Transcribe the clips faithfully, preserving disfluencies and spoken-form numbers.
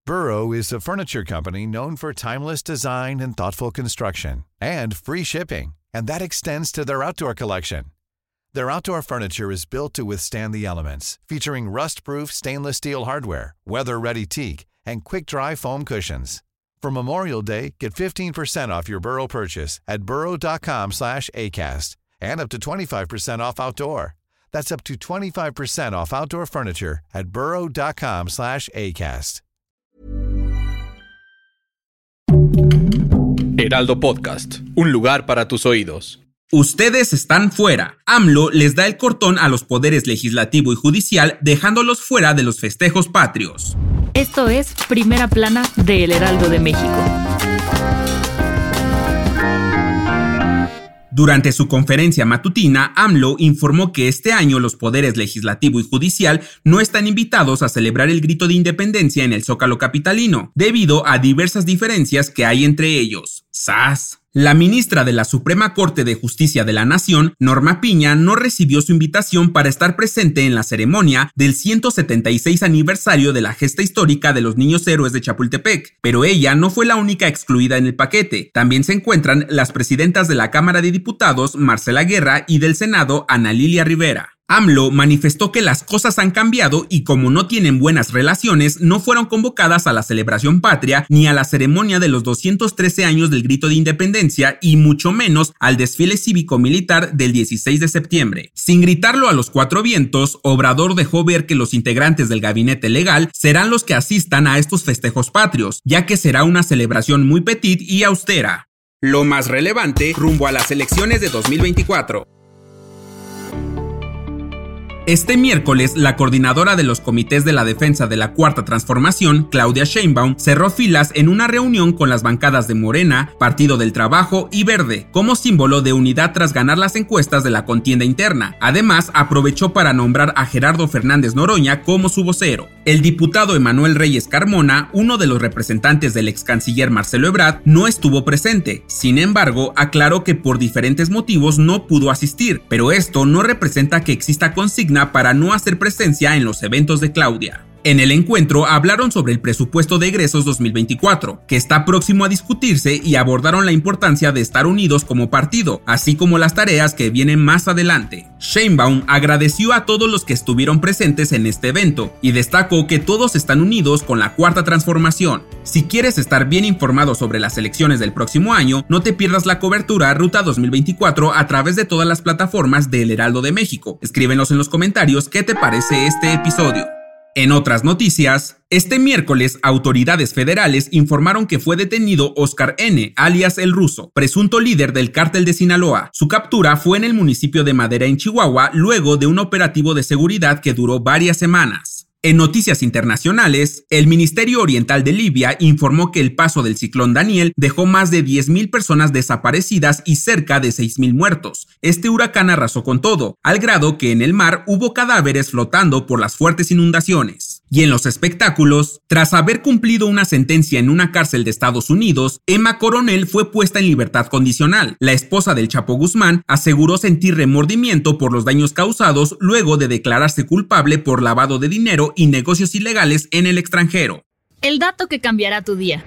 Burrow is a furniture company known for timeless design and thoughtful construction, and free shipping, and that extends to their outdoor collection. Their outdoor furniture is built to withstand the elements, featuring rust-proof stainless steel hardware, weather-ready teak, and quick-dry foam cushions. For Memorial Day, get fifteen percent off your Burrow purchase at burrow.com slash ACAST and up to twenty-five percent off outdoor. That's up to twenty-five percent off outdoor furniture at burrow.com slash ACAST. Heraldo Podcast, un lugar para tus oídos. Ustedes están fuera. AMLO les da el cortón a los poderes legislativo y judicial, dejándolos fuera de los festejos patrios. Esto es Primera Plana de El Heraldo de México. Durante su conferencia matutina, AMLO informó que este año los poderes legislativo y judicial no están invitados a celebrar el grito de independencia en el Zócalo capitalino, debido a diversas diferencias que hay entre ellos. ¡Sas! La ministra de la Suprema Corte de Justicia de la Nación, Norma Piña, no recibió su invitación para estar presente en la ceremonia del ciento setenta y seis aniversario de la gesta histórica de los niños héroes de Chapultepec, pero ella no fue la única excluida en el paquete. También se encuentran las presidentas de la Cámara de Diputados, Marcela Guerra, y del Senado, Ana Lilia Rivera. AMLO manifestó que las cosas han cambiado y como no tienen buenas relaciones, no fueron convocadas a la celebración patria ni a la ceremonia de los doscientos trece años del grito de independencia y mucho menos al desfile cívico-militar del dieciséis de septiembre. Sin gritarlo a los cuatro vientos, Obrador dejó ver que los integrantes del gabinete legal serán los que asistan a estos festejos patrios, ya que será una celebración muy petit y austera. Lo más relevante rumbo a las elecciones de dos mil veinticuatro. Este miércoles, la coordinadora de los comités de la defensa de la Cuarta Transformación, Claudia Sheinbaum, cerró filas en una reunión con las bancadas de Morena, Partido del Trabajo y Verde, como símbolo de unidad tras ganar las encuestas de la contienda interna. Además, aprovechó para nombrar a Gerardo Fernández Noroña como su vocero. El diputado Emanuel Reyes Carmona, uno de los representantes del ex canciller Marcelo Ebrard, no estuvo presente. Sin embargo, aclaró que por diferentes motivos no pudo asistir, pero esto no representa que exista consigna para no hacer presencia en los eventos de Claudia. En el encuentro hablaron sobre el presupuesto de egresos dos mil veinticuatro, que está próximo a discutirse, y abordaron la importancia de estar unidos como partido, así como las tareas que vienen más adelante. Sheinbaum agradeció a todos los que estuvieron presentes en este evento y destacó que todos están unidos con la Cuarta Transformación. Si quieres estar bien informado sobre las elecciones del próximo año, no te pierdas la cobertura Ruta dos mil veinticuatro a través de todas las plataformas de El Heraldo de México. Escríbenos en los comentarios qué te parece este episodio. En otras noticias, este miércoles autoridades federales informaron que fue detenido Oscar N., alias El Ruso, presunto líder del cártel de Sinaloa. Su captura fue en el municipio de Madera, en Chihuahua, luego de un operativo de seguridad que duró varias semanas. En noticias internacionales, el Ministerio Oriental de Libia informó que el paso del ciclón Daniel dejó más de diez mil personas desaparecidas y cerca de seis mil muertos. Este huracán arrasó con todo, al grado que en el mar hubo cadáveres flotando por las fuertes inundaciones. Y en los espectáculos, tras haber cumplido una sentencia en una cárcel de Estados Unidos, Emma Coronel fue puesta en libertad condicional. La esposa del Chapo Guzmán aseguró sentir remordimiento por los daños causados luego de declararse culpable por lavado de dinero y negocios ilegales en el extranjero. El dato que cambiará tu día.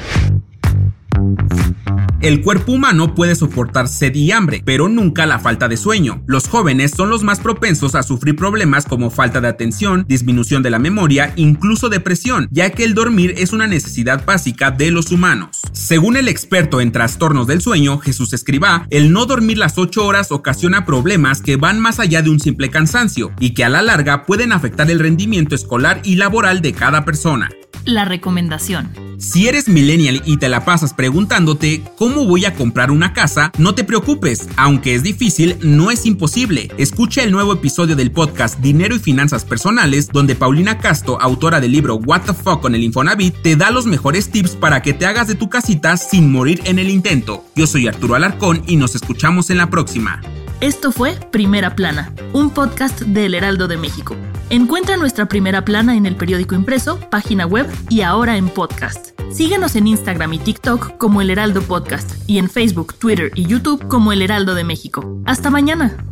El cuerpo humano puede soportar sed y hambre, pero nunca la falta de sueño. Los jóvenes son los más propensos a sufrir problemas como falta de atención, disminución de la memoria, incluso depresión, ya que el dormir es una necesidad básica de los humanos. Según el experto en trastornos del sueño, Jesús Escribá, el no dormir las ocho horas ocasiona problemas que van más allá de un simple cansancio y que a la larga pueden afectar el rendimiento escolar y laboral de cada persona. La recomendación. Si eres millennial y te la pasas preguntándote ¿cómo voy a comprar una casa? No te preocupes, aunque es difícil, no es imposible. Escucha el nuevo episodio del podcast Dinero y Finanzas Personales, donde Paulina Casto, autora del libro What the Fuck con el Infonavit, te da los mejores tips para que te hagas de tu casita sin morir en el intento. Yo soy Arturo Alarcón y nos escuchamos en la próxima. Esto fue Primera Plana, un podcast de El Heraldo de México. Encuentra nuestra Primera Plana en el periódico impreso, página web y ahora en podcast. Síguenos en Instagram y TikTok como El Heraldo Podcast y en Facebook, Twitter y YouTube como El Heraldo de México. ¡Hasta mañana!